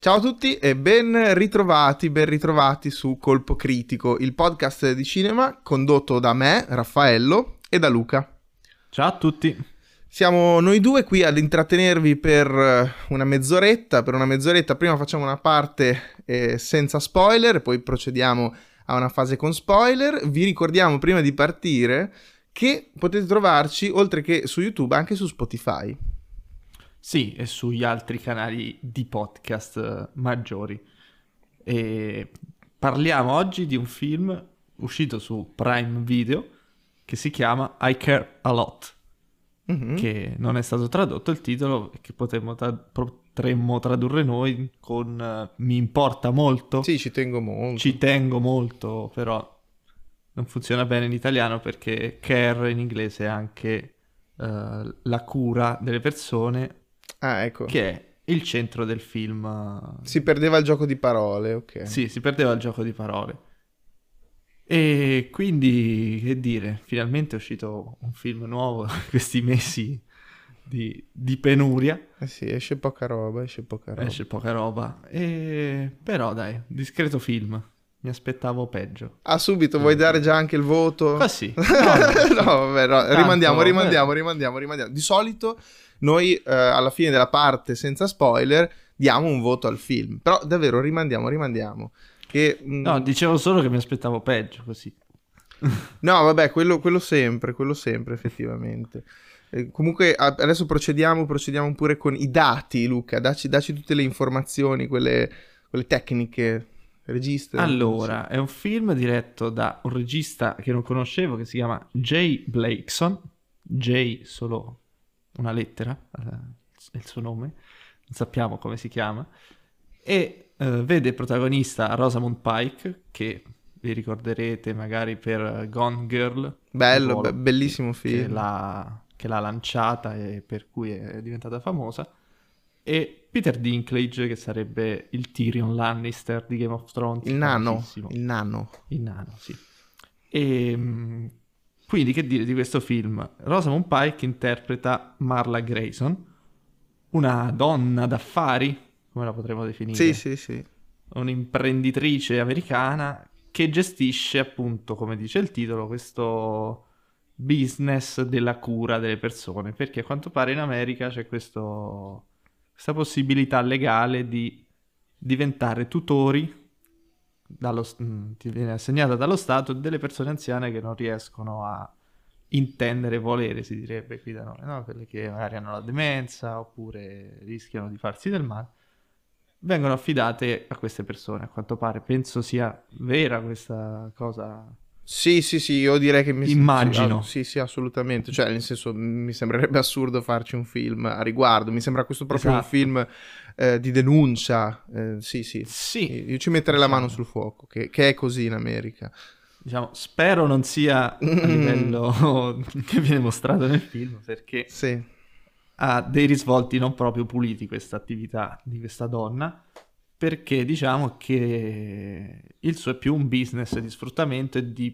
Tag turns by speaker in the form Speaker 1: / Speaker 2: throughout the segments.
Speaker 1: Ciao a tutti e ben ritrovati su Colpo Critico, il podcast di cinema condotto da me, Raffaello, e da Luca.
Speaker 2: Ciao a tutti.
Speaker 1: Siamo noi due qui ad intrattenervi per una mezz'oretta. Per una mezz'oretta prima facciamo una parte senza spoiler, poi procediamo a una fase con spoiler. Vi ricordiamo prima di partire che potete trovarci, oltre che su YouTube, anche su Spotify.
Speaker 2: Sì, e sugli altri canali di podcast maggiori. E parliamo oggi di un film uscito su Prime Video che si chiama I Care a Lot, che non è stato tradotto il titolo e che potremmo tradurre noi con mi importa molto.
Speaker 1: Sì, ci tengo molto.
Speaker 2: Ci tengo molto, però non funziona bene in italiano perché care in inglese è anche la cura delle persone.
Speaker 1: Ah, ecco.
Speaker 2: Che è il centro del film.
Speaker 1: Si perdeva il gioco di parole, ok.
Speaker 2: Sì, si perdeva il gioco di parole. E quindi, che dire, finalmente è uscito un film nuovo in questi mesi di penuria.
Speaker 1: Eh sì, esce poca roba.
Speaker 2: Esce poca roba. Però dai, discreto film. Mi aspettavo peggio.
Speaker 1: Ah, subito, vuoi dare già anche il voto?
Speaker 2: Così.
Speaker 1: No, vabbè, no.
Speaker 2: Tanto,
Speaker 1: Rimandiamo. Di solito noi alla fine della parte senza spoiler diamo un voto al film. Però davvero rimandiamo. Che,
Speaker 2: No, dicevo solo che mi aspettavo peggio, così.
Speaker 1: No, vabbè, quello sempre, effettivamente. Comunque adesso procediamo pure con i dati, Luca. Dacci tutte le informazioni, quelle tecniche. Regista.
Speaker 2: Allora, è un film diretto da un regista che non conoscevo, che si chiama Jay Blakeson. Jay solo una lettera, è il suo nome, non sappiamo come si chiama. E vede protagonista Rosamund Pike, che vi ricorderete magari per Gone Girl.
Speaker 1: Bello, bellissimo film.
Speaker 2: Che l'ha lanciata e per cui è diventata famosa. E Peter Dinklage, che sarebbe il Tyrion Lannister di Game of Thrones.
Speaker 1: Il nano,
Speaker 2: sì. E quindi che dire di questo film? Rosamund Pike interpreta Marla Grayson, una donna d'affari, come la potremmo definire?
Speaker 1: Sì.
Speaker 2: Un'imprenditrice americana che gestisce, appunto, come dice il titolo, questo business della cura delle persone, perché a quanto pare in America c'è questa possibilità legale di diventare tutori, ti viene assegnata dallo Stato, delle persone anziane che non riescono a intendere e volere, si direbbe qui da noi, no? Quelle che magari hanno la demenza oppure rischiano di farsi del male, vengono affidate a queste persone. A quanto pare penso sia vera questa cosa.
Speaker 1: Sì, io direi che
Speaker 2: immagino.
Speaker 1: Sì, assolutamente. Cioè, nel senso, mi sembrerebbe assurdo farci un film a riguardo. Mi sembra questo proprio un film di denuncia. Sì. Io ci metterei la mano sul fuoco, che è così in America.
Speaker 2: Diciamo, spero non sia a livello che viene mostrato nel film, perché ha dei risvolti non proprio puliti questa attività di questa donna, perché diciamo che il suo è più un business di sfruttamento e di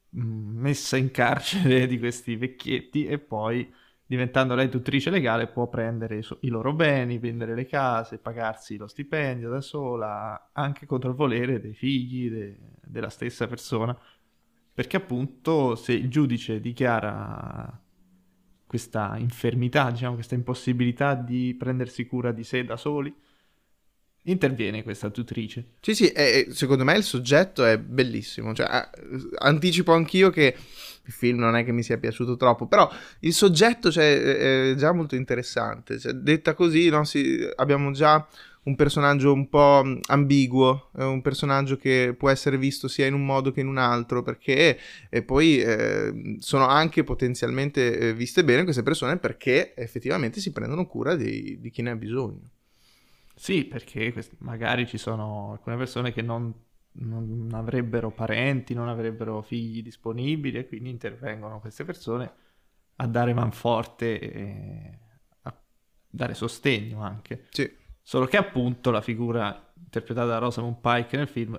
Speaker 2: messa in carcere di questi vecchietti, e poi diventando lei tutrice legale può prendere i loro beni, vendere le case, pagarsi lo stipendio da sola, anche contro il volere dei figli della stessa persona, perché appunto se il giudice dichiara questa infermità, diciamo questa impossibilità di prendersi cura di sé da soli, interviene questa tutrice.
Speaker 1: Sì, secondo me il soggetto è bellissimo. Cioè, anticipo anch'io che il film non è che mi sia piaciuto troppo, però il soggetto, cioè, è già molto interessante. Cioè, detta così, no, abbiamo già un personaggio un po' ambiguo, un personaggio che può essere visto sia in un modo che in un altro, perché poi sono anche potenzialmente viste bene queste persone perché effettivamente si prendono cura di chi ne ha bisogno.
Speaker 2: Sì, perché magari ci sono alcune persone che non avrebbero parenti, non avrebbero figli disponibili, e quindi intervengono queste persone a dare manforte e a dare sostegno anche.
Speaker 1: Sì.
Speaker 2: Solo che appunto la figura interpretata da Rosamund Pike nel film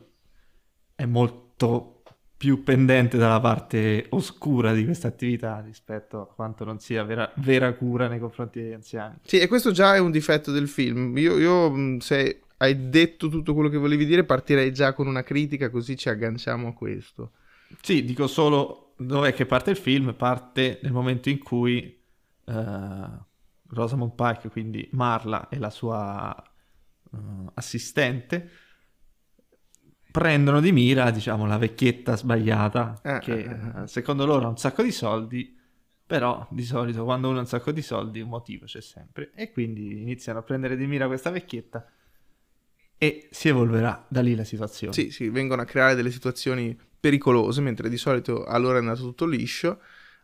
Speaker 2: è molto più pendente dalla parte oscura di questa attività rispetto a quanto non sia vera cura nei confronti degli anziani.
Speaker 1: Sì, e questo già è un difetto del film. Io se hai detto tutto quello che volevi dire, partirei già con una critica, così ci agganciamo a questo.
Speaker 2: Sì, dico solo dov'è che parte il film. Parte nel momento in cui Rosamund Pike, quindi Marla e la sua assistente, prendono di mira, diciamo, la vecchietta sbagliata, che secondo loro ha un sacco di soldi, però di solito quando uno ha un sacco di soldi un motivo c'è sempre, e quindi iniziano a prendere di mira questa vecchietta e si evolverà da lì la situazione.
Speaker 1: Sì, vengono a creare delle situazioni pericolose, mentre di solito allora è andato tutto liscio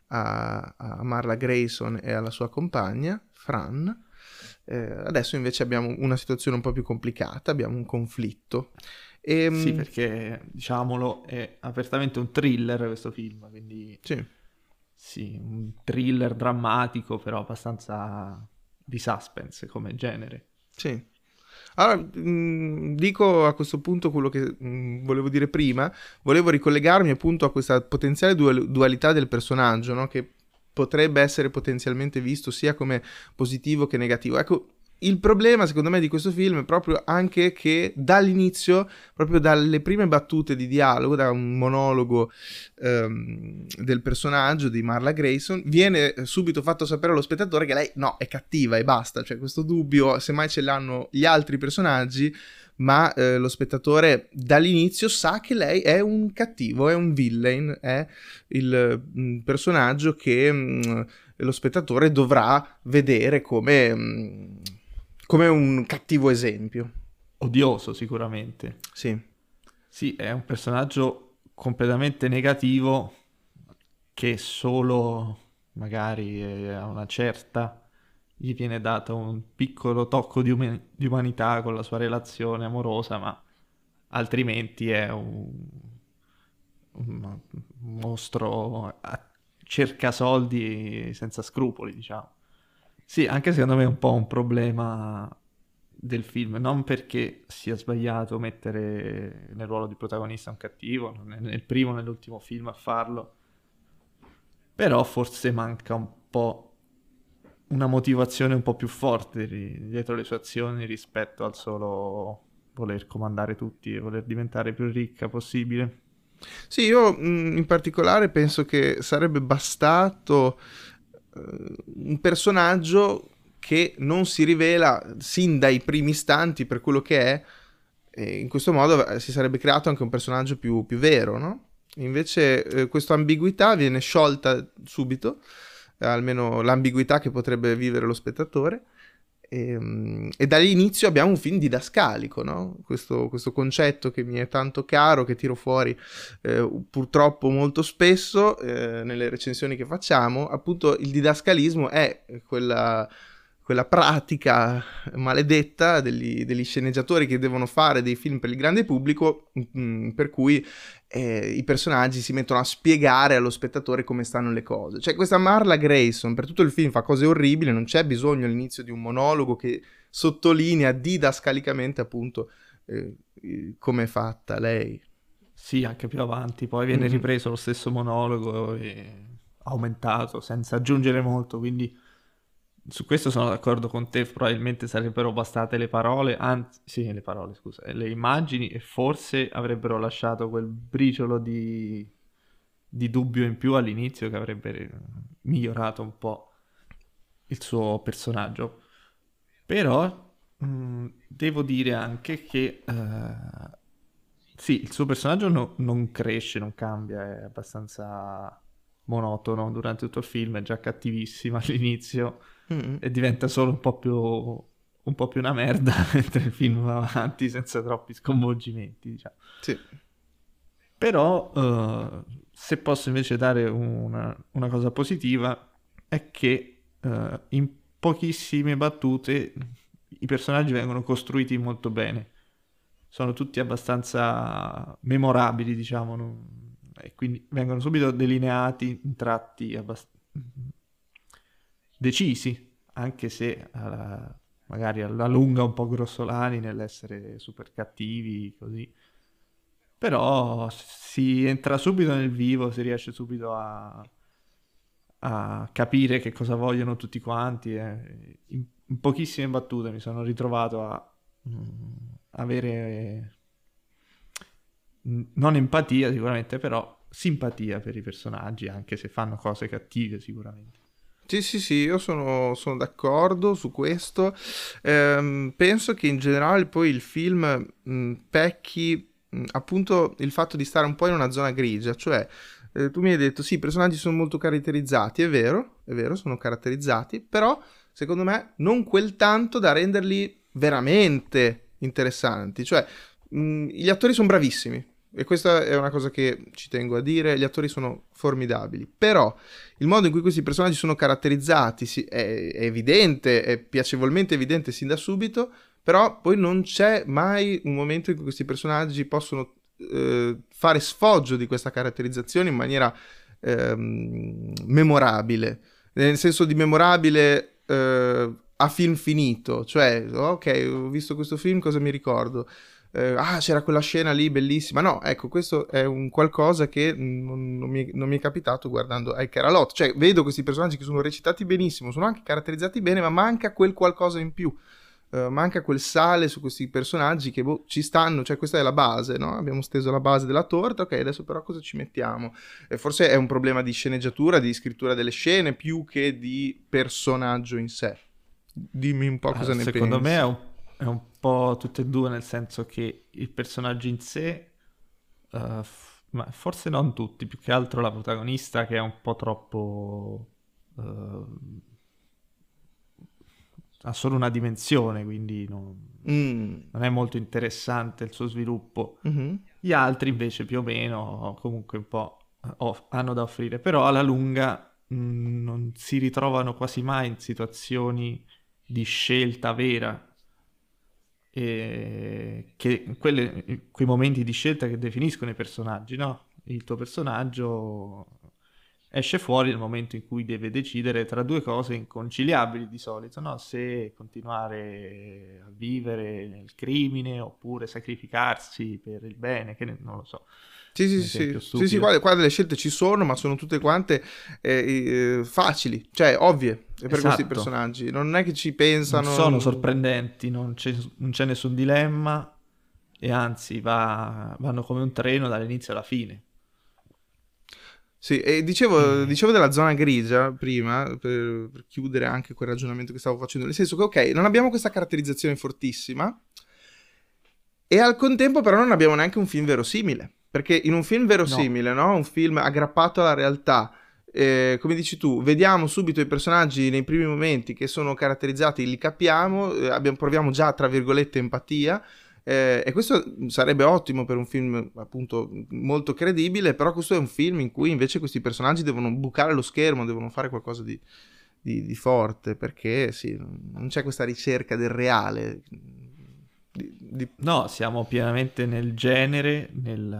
Speaker 1: a Marla Grayson e alla sua compagna, Fran. Adesso invece abbiamo una situazione un po' più complicata, abbiamo un conflitto.
Speaker 2: Sì, perché, diciamolo, è apertamente un thriller questo film, quindi sì, un thriller drammatico, però abbastanza di suspense come genere.
Speaker 1: Sì. Allora, dico a questo punto quello che volevo dire prima. Volevo ricollegarmi appunto a questa potenziale dualità del personaggio, no? Che potrebbe essere potenzialmente visto sia come positivo che negativo. Ecco, il problema secondo me di questo film è proprio anche che dall'inizio, proprio dalle prime battute di dialogo, da un monologo del personaggio di Marla Grayson, viene subito fatto sapere allo spettatore che lei no, è cattiva e basta. Cioè questo dubbio semmai ce l'hanno gli altri personaggi, ma lo spettatore dall'inizio sa che lei è un cattivo, è un villain, è il personaggio che lo spettatore dovrà vedere come un cattivo esempio.
Speaker 2: Odioso sicuramente.
Speaker 1: Sì.
Speaker 2: Sì, è un personaggio completamente negativo che solo magari a una certa gli viene dato un piccolo tocco di umanità con la sua relazione amorosa, ma altrimenti è un mostro cerca soldi senza scrupoli, diciamo. Sì, anche secondo me è un po' un problema del film, non perché sia sbagliato mettere nel ruolo di protagonista un cattivo, non è nel primo o nell'ultimo film a farlo, però forse manca un po' una motivazione un po' più forte dietro le sue azioni rispetto al solo voler comandare tutti e voler diventare più ricca possibile.
Speaker 1: Sì, io in particolare penso che sarebbe bastato un personaggio che non si rivela sin dai primi istanti per quello che è, e in questo modo si sarebbe creato anche un personaggio più vero, no? Invece questa ambiguità viene sciolta subito, almeno l'ambiguità che potrebbe vivere lo spettatore. E dall'inizio abbiamo un film didascalico, no? Questo concetto che mi è tanto caro, che tiro fuori purtroppo molto spesso nelle recensioni che facciamo. Appunto il didascalismo è quella pratica maledetta degli sceneggiatori che devono fare dei film per il grande pubblico, per cui i personaggi si mettono a spiegare allo spettatore come stanno le cose. Cioè questa Marla Grayson per tutto il film fa cose orribili, non c'è bisogno all'inizio di un monologo che sottolinea didascalicamente appunto come è fatta lei.
Speaker 2: Sì, anche più avanti, poi viene ripreso lo stesso monologo e aumentato senza aggiungere molto, quindi su questo sono d'accordo con te, probabilmente sarebbero bastate le parole, anzi, sì, le parole, scusa, le immagini, e forse avrebbero lasciato quel briciolo di dubbio in più all'inizio che avrebbe migliorato un po' il suo personaggio. Però devo dire anche che sì, il suo personaggio non cresce, non cambia, è abbastanza monotono durante tutto il film, è già cattivissimo all'inizio e diventa solo un po' più una merda mentre il film va avanti senza troppi sconvolgimenti, diciamo.
Speaker 1: Sì.
Speaker 2: Però se posso invece dare una cosa positiva è che in pochissime battute i personaggi vengono costruiti molto bene, sono tutti abbastanza memorabili, diciamo, e quindi vengono subito delineati in tratti decisi, anche se magari alla lunga un po' grossolani nell'essere super cattivi, così. Però si entra subito nel vivo, si riesce subito a capire che cosa vogliono tutti quanti. In pochissime battute mi sono ritrovato a avere non empatia sicuramente, però simpatia per i personaggi, anche se fanno cose cattive sicuramente.
Speaker 1: Sì, io sono d'accordo su questo. Penso che in generale poi il film pecchi appunto il fatto di stare un po' in una zona grigia, cioè tu mi hai detto sì, i personaggi sono molto caratterizzati, è vero, sono caratterizzati, però secondo me non quel tanto da renderli veramente interessanti, cioè gli attori sono bravissimi e questa è una cosa che ci tengo a dire, gli attori sono formidabili, però il modo in cui questi personaggi sono caratterizzati è evidente, è piacevolmente evidente sin da subito, però poi non c'è mai un momento in cui questi personaggi possono fare sfoggio di questa caratterizzazione in maniera memorabile, nel senso di memorabile a film finito, cioè ok, ho visto questo film, cosa mi ricordo? C'era quella scena lì bellissima. No, ecco, questo è un qualcosa che non mi è capitato guardando Iker Alot. Cioè, vedo questi personaggi che sono recitati benissimo, sono anche caratterizzati bene, ma manca quel qualcosa in più. Manca quel sale su questi personaggi che ci stanno, cioè questa è la base, no? Abbiamo steso la base della torta, ok, adesso però cosa ci mettiamo? Forse è un problema di sceneggiatura, di scrittura delle scene, più che di personaggio in sé. Dimmi un po' cosa ne pensi.
Speaker 2: Secondo me è un po' tutte e due, nel senso che il personaggio in sé, ma forse non tutti, più che altro la protagonista che è un po' troppo... ha solo una dimensione, quindi non è molto interessante il suo sviluppo.
Speaker 1: Mm-hmm.
Speaker 2: Gli altri invece più o meno comunque un po' hanno da offrire, però alla lunga non si ritrovano quasi mai in situazioni di scelta vera, quei momenti di scelta che definiscono i personaggi, no? Il tuo personaggio esce fuori nel momento in cui deve decidere tra due cose inconciliabili di solito, no? Se continuare a vivere nel crimine oppure sacrificarsi per il bene, non lo so.
Speaker 1: Sì, qua delle scelte ci sono, ma sono tutte quante facili, cioè ovvie per questi personaggi. Non è che ci pensano.
Speaker 2: Non sono sorprendenti, non c'è nessun dilemma e anzi vanno come un treno dall'inizio alla fine.
Speaker 1: Sì, e dicevo della zona grigia prima, per chiudere anche quel ragionamento che stavo facendo, nel senso che ok, non abbiamo questa caratterizzazione fortissima e al contempo però non abbiamo neanche un film verosimile. Perché in un film verosimile, no? Un film aggrappato alla realtà, come dici tu, vediamo subito i personaggi nei primi momenti che sono caratterizzati, li capiamo, proviamo già, tra virgolette, empatia, e questo sarebbe ottimo per un film, appunto, molto credibile, però questo è un film in cui invece questi personaggi devono bucare lo schermo, devono fare qualcosa di forte, perché sì, non c'è questa ricerca del reale.
Speaker 2: No, siamo pienamente nel genere,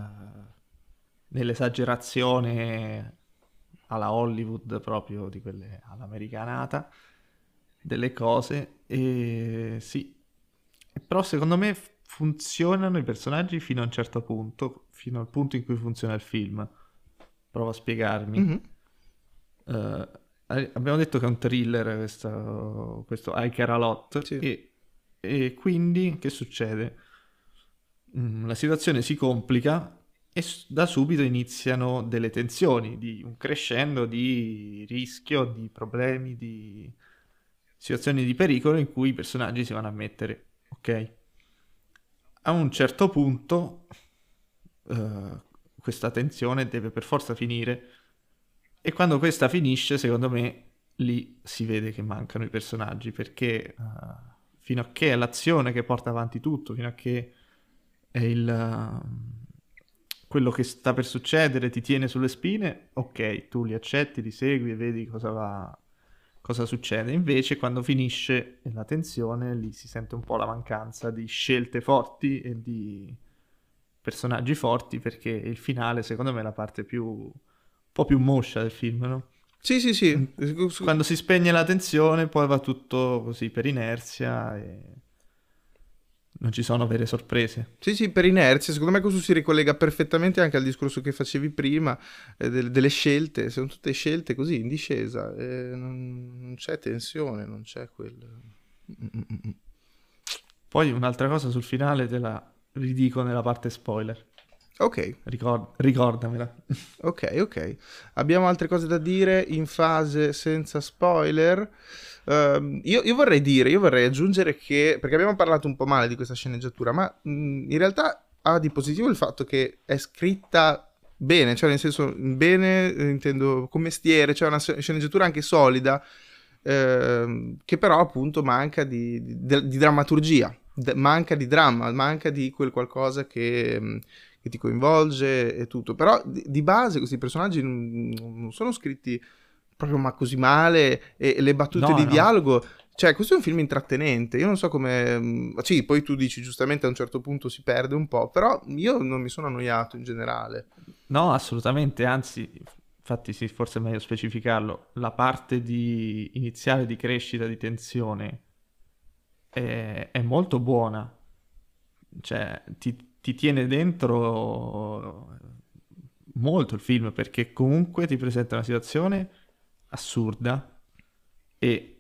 Speaker 2: nell'esagerazione alla Hollywood, proprio di quelle all'americanata delle cose, e sì, però secondo me funzionano i personaggi fino a un certo punto, fino al punto in cui funziona il film. Provo a spiegarmi.
Speaker 1: Mm-hmm.
Speaker 2: Abbiamo detto che è un thriller questo Iker Alot,
Speaker 1: sì.
Speaker 2: e quindi che succede? La situazione si complica e da subito iniziano delle tensioni, di un crescendo di rischio, di problemi, di situazioni di pericolo in cui i personaggi si vanno a mettere, ok? A un certo punto questa tensione deve per forza finire e quando questa finisce, secondo me, lì si vede che mancano i personaggi, perché fino a che è l'azione che porta avanti tutto, fino a che è quello che sta per succedere ti tiene sulle spine, ok, tu li accetti, li segui e vedi cosa succede. Invece quando finisce la tensione, lì si sente un po' la mancanza di scelte forti e di personaggi forti, perché il finale, secondo me, è la parte un po' più moscia del film, no?
Speaker 1: Sì.
Speaker 2: Quando si spegne la tensione, poi va tutto così per inerzia e non ci sono vere sorprese.
Speaker 1: Sì, per inerzia. Secondo me questo si ricollega perfettamente anche al discorso che facevi prima, delle scelte. Sono tutte scelte così, in discesa. Non c'è tensione, non c'è quel...
Speaker 2: Poi un'altra cosa sul finale te la ridico nella parte spoiler.
Speaker 1: Ok.
Speaker 2: Ricordamela.
Speaker 1: Ok. Abbiamo altre cose da dire in fase senza spoiler. Io vorrei aggiungere che, perché abbiamo parlato un po' male di questa sceneggiatura, ma in realtà ha di positivo il fatto che è scritta bene, cioè nel senso bene, intendo con mestiere, cioè una sceneggiatura anche solida, che però appunto manca di drammaturgia, manca di dramma, manca di quel qualcosa che ti coinvolge e tutto. Però di base questi personaggi non sono scritti proprio ma così male, e le battute di dialogo, cioè questo è un film intrattenente. Io non so come, sì, poi tu dici giustamente a un certo punto si perde un po', però io non mi sono annoiato in generale.
Speaker 2: No, assolutamente, anzi, infatti sì, forse è meglio specificarlo, la parte iniziale di crescita di tensione è molto buona, cioè ti tiene dentro molto il film, perché comunque ti presenta una situazione assurda e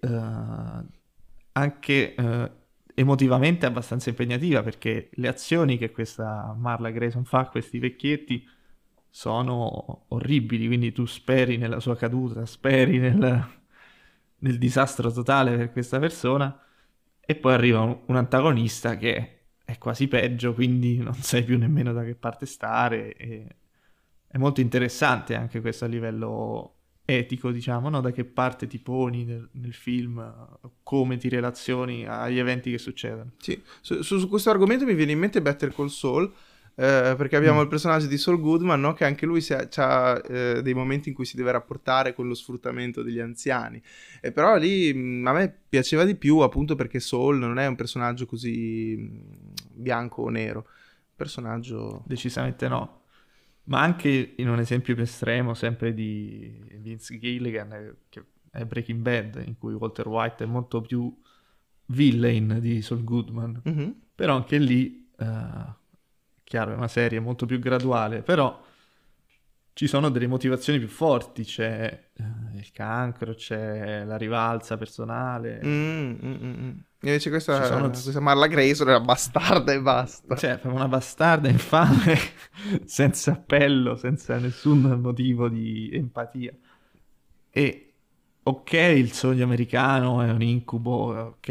Speaker 2: anche emotivamente abbastanza impegnativa, perché le azioni che questa Marla Grayson fa a questi vecchietti sono orribili, quindi tu speri nella sua caduta, speri nel disastro totale per questa persona, e poi arriva un antagonista che è quasi peggio, quindi non sai più nemmeno da che parte stare. È molto interessante anche questo a livello etico, diciamo, no? Da che parte ti poni nel film, come ti relazioni agli eventi che succedono.
Speaker 1: Sì, su questo argomento mi viene in mente Better Call Saul, perché abbiamo il personaggio di Saul Goodman, no? Che anche lui ha dei momenti in cui si deve rapportare con lo sfruttamento degli anziani, però lì a me piaceva di più, appunto perché Saul non è un personaggio così bianco o nero, personaggio...
Speaker 2: Decisamente no. Ma anche in un esempio più estremo, sempre di Vince Gilligan, che è Breaking Bad, in cui Walter White è molto più villain di Saul Goodman.
Speaker 1: Mm-hmm.
Speaker 2: Però anche lì, chiaro, è una serie molto più graduale, però ci sono delle motivazioni più forti, c'è il cancro, c'è la rivalsa personale.
Speaker 1: Invece questa Marla Grayson era bastarda e basta.
Speaker 2: Cioè, una bastarda infame, senza appello, senza nessun motivo di empatia. E ok, il sogno americano è un incubo, ok,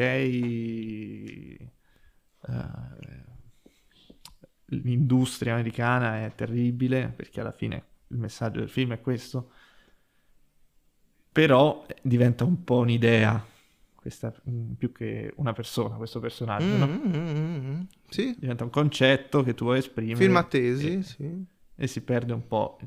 Speaker 2: l'industria americana è terribile, perché alla fine il messaggio del film è questo, però diventa un po' un'idea, questa, più che una persona, questo personaggio, no?
Speaker 1: Sì.
Speaker 2: Diventa un concetto che tu vuoi esprimere.
Speaker 1: Film attesi, sì.
Speaker 2: E si perde un po'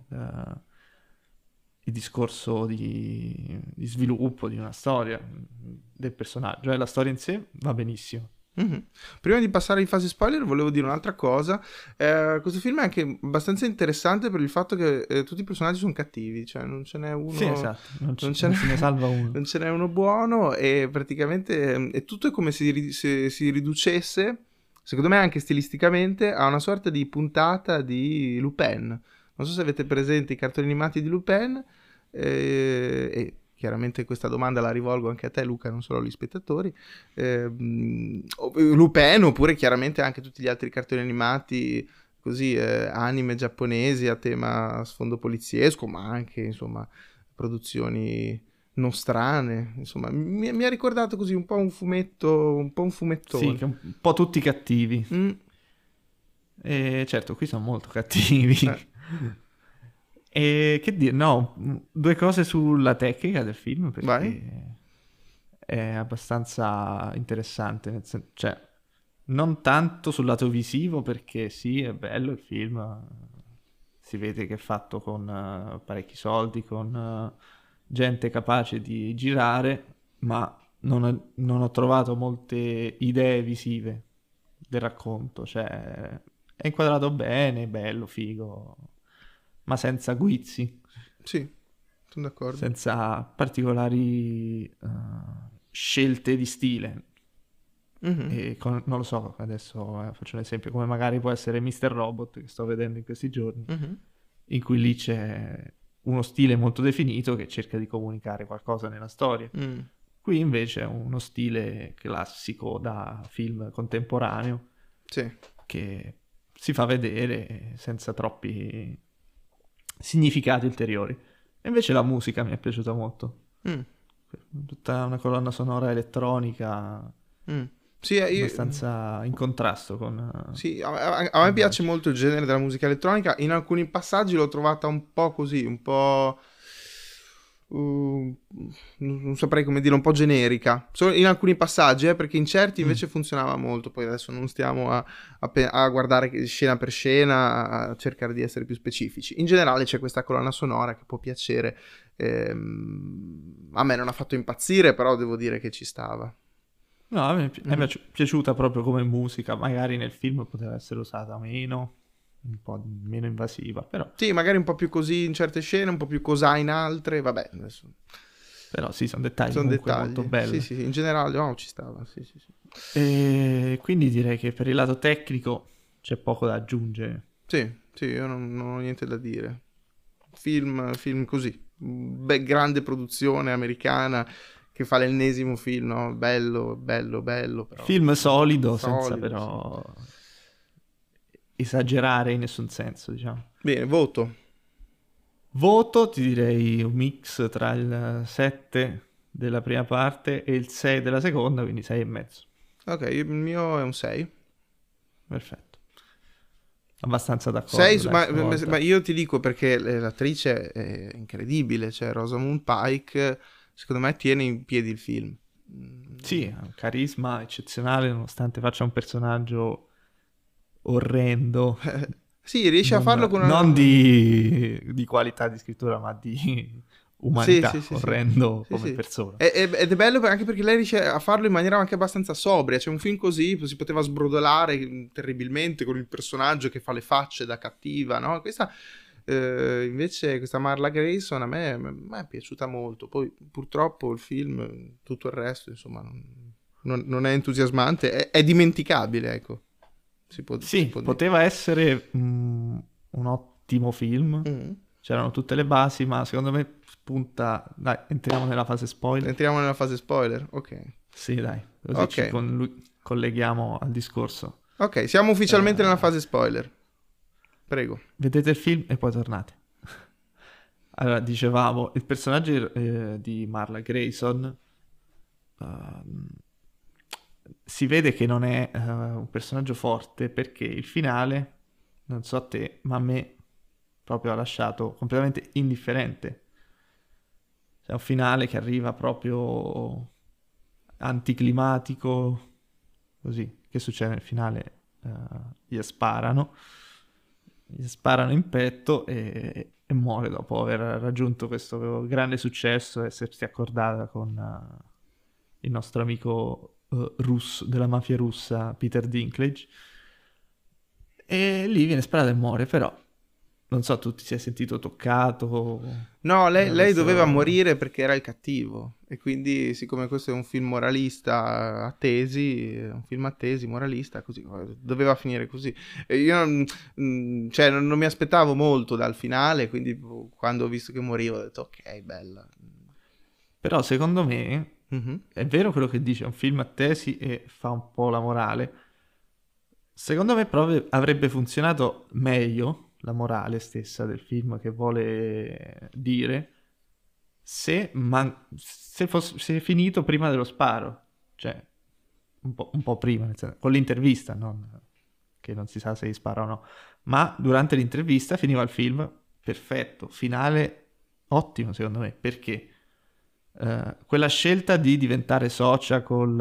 Speaker 2: il discorso di sviluppo di una storia del personaggio. La storia in sé va benissimo.
Speaker 1: Mm-hmm. Prima di passare in fase spoiler volevo dire un'altra cosa. Questo film è anche abbastanza interessante per il fatto che tutti i personaggi sono cattivi, cioè non ce n'è uno.
Speaker 2: Sì, esatto, non se ne salva uno.
Speaker 1: Non ce n'è uno buono, e praticamente è tutto come se si riducesse, secondo me anche stilisticamente, a una sorta di puntata di Lupin. Non so se avete presente i cartoni animati di Lupin, e chiaramente questa domanda la rivolgo anche a te, Luca, non solo agli spettatori. Lupin, oppure chiaramente anche tutti gli altri cartoni animati, così, anime giapponesi a tema sfondo poliziesco, ma anche, insomma, produzioni nostrane. Insomma, mi ha ricordato così un po' un fumettone.
Speaker 2: Sì, un po' tutti cattivi. E certo, qui sono molto cattivi. E che dire, no, due cose sulla tecnica del film, perché
Speaker 1: Vai.
Speaker 2: è abbastanza interessante, cioè non tanto sul lato visivo, perché sì, è bello il film, si vede che è fatto con parecchi soldi, con gente capace di girare, ma non ho trovato molte idee visive del racconto, cioè è inquadrato bene, bello, figo, ma senza guizzi.
Speaker 1: Sì, sono d'accordo.
Speaker 2: Senza particolari scelte di stile.
Speaker 1: Mm-hmm.
Speaker 2: E non lo so, adesso faccio un esempio, come magari può essere Mr. Robot, che sto vedendo in questi giorni, in cui lì c'è uno stile molto definito che cerca di comunicare qualcosa nella storia. Qui invece è uno stile classico da film contemporaneo,
Speaker 1: sì,
Speaker 2: che si fa vedere senza troppi significati ulteriori. E invece la musica mi è piaciuta molto. Tutta una colonna sonora elettronica
Speaker 1: sì,
Speaker 2: abbastanza in contrasto con...
Speaker 1: sì, a me piace molto il genere della musica elettronica. In alcuni passaggi l'ho trovata un po' così, un po'... non saprei come dire, un po' generica. Solo in alcuni passaggi, perché in certi invece funzionava molto. Poi adesso non stiamo a guardare scena per scena, a cercare di essere più specifici. In generale c'è questa colonna sonora che può piacere. A me non ha fatto impazzire, però devo dire che ci stava.
Speaker 2: No, a me è piaciuta proprio come musica, magari nel film poteva essere usata meno, un po' meno invasiva, però...
Speaker 1: Sì, magari un po' più così in certe scene, un po' più cosà in altre, vabbè. Adesso...
Speaker 2: Però sì, sono dettagli comunque molto belli.
Speaker 1: Sì, in generale ci stava, sì.
Speaker 2: E quindi direi che per il lato tecnico c'è poco da aggiungere.
Speaker 1: Sì, io non ho niente da dire. Film così, grande produzione americana... che fa l'ennesimo film, no? Bello, però...
Speaker 2: Film solido senza però esagerare in nessun senso, diciamo.
Speaker 1: Bene, voto
Speaker 2: ti direi un mix tra il 7 della prima parte e il 6 della seconda, quindi 6,5.
Speaker 1: Ok, il mio è un 6.
Speaker 2: Perfetto. Abbastanza d'accordo.
Speaker 1: 6, ma io ti dico perché l'attrice è incredibile, cioè Rosamund Pike... secondo me tiene in piedi il film.
Speaker 2: Sì, ha un carisma eccezionale, nonostante faccia un personaggio orrendo.
Speaker 1: Sì, riesce a farlo con una...
Speaker 2: Non di qualità di scrittura, ma di umanità, orrendo come persona.
Speaker 1: Ed è bello anche perché lei riesce a farlo in maniera anche abbastanza sobria. C'è un film così, si poteva sbrodolare terribilmente con il personaggio che fa le facce da cattiva, no? Questa... invece questa Marla Grayson a me è piaciuta molto. Poi purtroppo il film, tutto il resto insomma non è entusiasmante, è dimenticabile, ecco. Si può
Speaker 2: poteva essere un ottimo film, c'erano tutte le basi, ma secondo me spunta... Dai, entriamo nella fase spoiler.
Speaker 1: Ok,
Speaker 2: sì, dai, così ci colleghiamo al discorso.
Speaker 1: Ok, siamo ufficialmente nella fase spoiler. Prego.
Speaker 2: Vedete il film e poi tornate. Allora, dicevamo, il personaggio di Marla Grayson si vede che non è un personaggio forte perché il finale, non so a te, ma a me proprio ha lasciato completamente indifferente. È un finale che arriva proprio anticlimatico, così. Che succede nel finale? Gli sparano in petto e muore dopo aver raggiunto questo grande successo, essersi accordata con il nostro amico russo della mafia russa Peter Dinklage, e lì viene sparata e muore. Però non so, tu ti sei sentito toccato?
Speaker 1: No, lei doveva morire perché era il cattivo, e quindi siccome questo è un film moralista a tesi, un film a tesi moralista, così doveva finire così. E io non mi aspettavo molto dal finale, quindi quando ho visto che moriva ho detto ok, bella.
Speaker 2: Però secondo me è vero quello che dice, è un film a tesi e fa un po' la morale. Secondo me proprio avrebbe funzionato meglio la morale stessa del film che vuole dire se fosse finito prima dello sparo, cioè un po' prima, nel senso, con l'intervista, che non si sa se gli spara o no, ma durante l'intervista finiva il film perfetto, finale ottimo secondo me, perché quella scelta di diventare socia col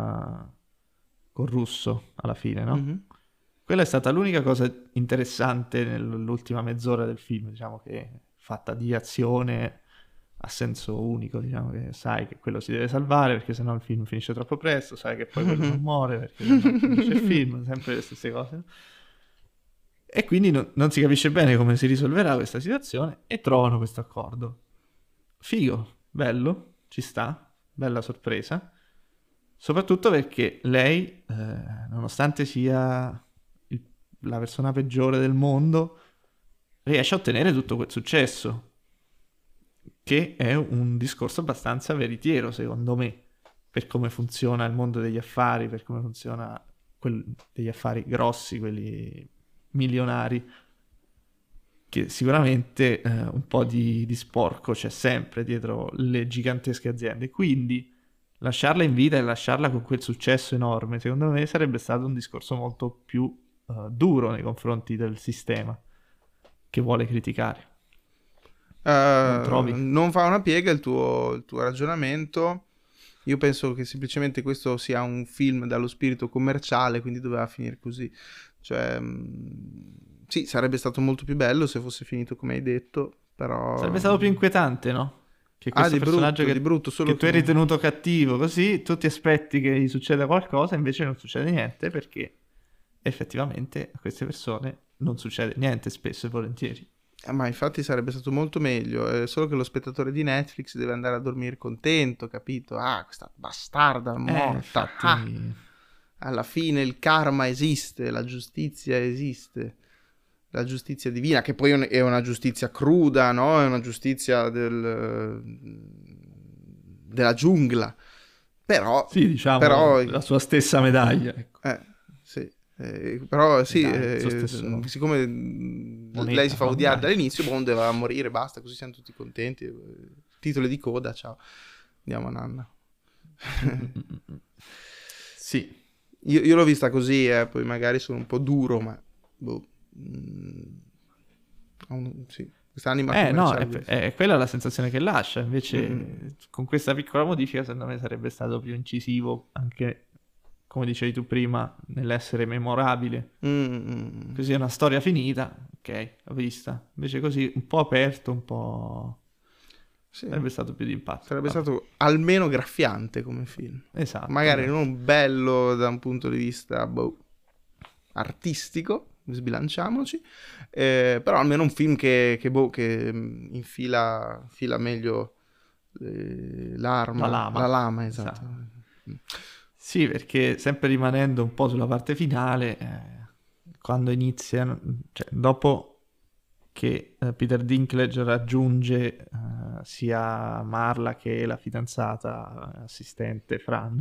Speaker 2: russo alla fine, no? Quella è stata l'unica cosa interessante nell'ultima mezz'ora del film, diciamo, che è fatta di azione a senso unico, diciamo, che sai che quello si deve salvare perché sennò il film finisce troppo presto, sai che poi quello non muore perché sennò finisce il film, sempre le stesse cose. E quindi non si capisce bene come si risolverà questa situazione e trovano questo accordo. Figo, bello, ci sta, bella sorpresa, soprattutto perché lei, nonostante sia la persona peggiore del mondo, riesce a ottenere tutto quel successo, che è un discorso abbastanza veritiero secondo me, per come funziona il mondo degli affari, per come funziona degli affari grossi, quelli milionari, che sicuramente un po' di sporco c'è sempre dietro le gigantesche aziende. Quindi lasciarla in vita e lasciarla con quel successo enorme, secondo me sarebbe stato un discorso molto più duro nei confronti del sistema che vuole criticare. Non trovi?
Speaker 1: Non fa una piega il tuo ragionamento. Io penso che semplicemente questo sia un film dallo spirito commerciale, quindi doveva finire così. Cioè, sì, sarebbe stato molto più bello se fosse finito come hai detto, però...
Speaker 2: Sarebbe stato più inquietante, no? Che questo personaggio
Speaker 1: di brutto, solo
Speaker 2: che tu hai ritenuto cattivo, così tu ti aspetti che gli succeda qualcosa, invece non succede niente, perché effettivamente a queste persone non succede niente spesso e volentieri.
Speaker 1: Ma infatti sarebbe stato molto meglio, solo che lo spettatore di Netflix deve andare a dormire contento, capito? Ah, questa bastarda morta.
Speaker 2: Infatti...
Speaker 1: Alla fine il karma esiste, la giustizia esiste, la giustizia divina, che poi è una giustizia cruda, no? È una giustizia della giungla. Però...
Speaker 2: Sì, diciamo,
Speaker 1: però...
Speaker 2: la sua stessa medaglia. Ecco.
Speaker 1: Sì. Però sì, siccome lei si fa odiare dall'inizio, Bond doveva morire, basta, così siamo tutti contenti. Titoli di coda, ciao. Andiamo a nanna.
Speaker 2: Sì.
Speaker 1: Io l'ho vista così, poi magari sono un po' duro, ma... sì. Quest'anima
Speaker 2: no, è quella la sensazione che lascia. Invece con questa piccola modifica secondo me sarebbe stato più incisivo anche... come dicevi tu prima, nell'essere memorabile. Così è una storia finita, ok, l'ho vista. Invece così, un po' aperto, un po'... Sì. Sarebbe stato più di impatto.
Speaker 1: Sarebbe stato almeno graffiante come film.
Speaker 2: Esatto.
Speaker 1: Magari non bello da un punto di vista artistico, sbilanciamoci, però almeno un film che infila meglio la lama, esatto.
Speaker 2: Sì, perché sempre rimanendo un po' sulla parte finale, quando inizia, cioè dopo che Peter Dinklage raggiunge sia Marla che la fidanzata assistente Fran,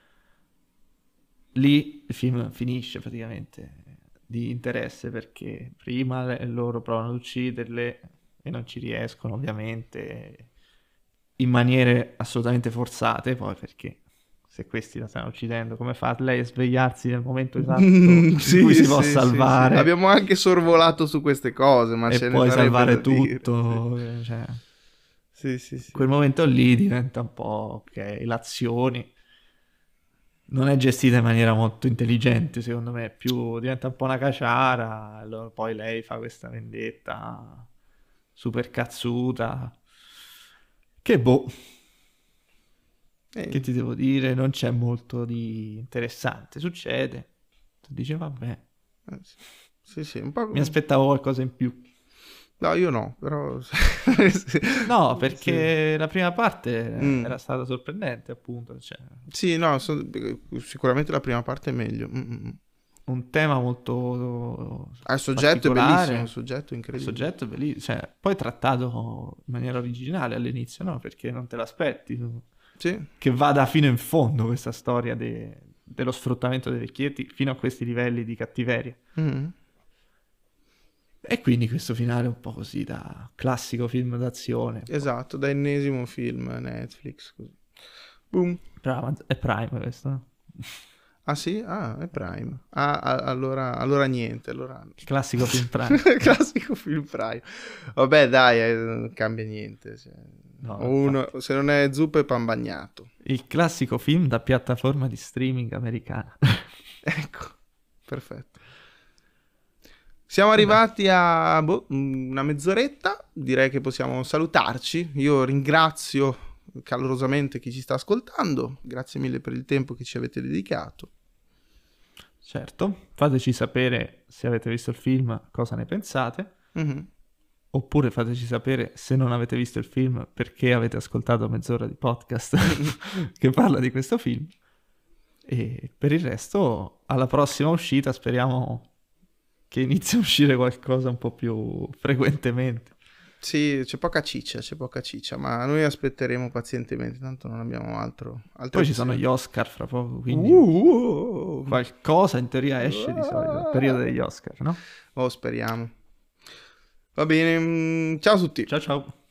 Speaker 2: lì il film finisce praticamente di interesse, perché prima loro provano ad ucciderle e non ci riescono, ovviamente, in maniere assolutamente forzate, poi perché... se questi la stanno uccidendo, come fa lei a svegliarsi nel momento esatto in cui si può salvare?
Speaker 1: Sì. Abbiamo anche sorvolato su queste cose, ma
Speaker 2: e puoi salvare tutto.
Speaker 1: Dire,
Speaker 2: cioè,
Speaker 1: sì.
Speaker 2: Quel momento lì diventa un po' ok, l'azione non è gestita in maniera molto intelligente, secondo me, più diventa un po' una caciara, allora poi lei fa questa vendetta super cazzuta, che boh. Che ti devo dire? Non c'è molto di interessante. Succede. Tu dici, vabbè.
Speaker 1: Sì, un po'...
Speaker 2: Mi aspettavo qualcosa in più.
Speaker 1: No, io no, però...
Speaker 2: No, perché la prima parte era stata sorprendente, appunto. Cioè...
Speaker 1: Sì, no, sicuramente la prima parte è meglio.
Speaker 2: Un tema molto
Speaker 1: il soggetto è bellissimo, il soggetto è incredibile.
Speaker 2: Il soggetto è bellissimo, cioè, poi trattato in maniera originale all'inizio, no? Perché non te l'aspetti tu.
Speaker 1: Sì.
Speaker 2: Che vada fino in fondo questa storia dello sfruttamento dei vecchietti fino a questi livelli di cattiveria. E quindi questo finale un po' così da classico film d'azione.
Speaker 1: Esatto, da ennesimo film Netflix. Così. Boom.
Speaker 2: Brava, è Prime questo, no?
Speaker 1: Ah sì? Ah, è Prime. Allora niente. Allora...
Speaker 2: Il classico film Prime.
Speaker 1: Classico film Prime. Vabbè dai, non cambia niente. Cioè... No, se non è zuppa è pan bagnato.
Speaker 2: Il classico film da piattaforma di streaming americana.
Speaker 1: Ecco, perfetto. Siamo arrivati a una mezz'oretta, direi che possiamo salutarci. Io ringrazio calorosamente chi ci sta ascoltando, grazie mille per il tempo che ci avete dedicato.
Speaker 2: Certo, fateci sapere se avete visto il film cosa ne pensate. Oppure fateci sapere, se non avete visto il film, perché avete ascoltato mezz'ora di podcast che parla di questo film. E per il resto, alla prossima uscita speriamo che inizi a uscire qualcosa un po' più frequentemente.
Speaker 1: Sì, c'è poca ciccia, ma noi aspetteremo pazientemente, tanto non abbiamo altro.
Speaker 2: Poi ci sono gli Oscar fra poco, quindi qualcosa in teoria esce di solito, il periodo degli Oscar, no?
Speaker 1: Oh, speriamo. Va bene, ciao a tutti.
Speaker 2: Ciao ciao.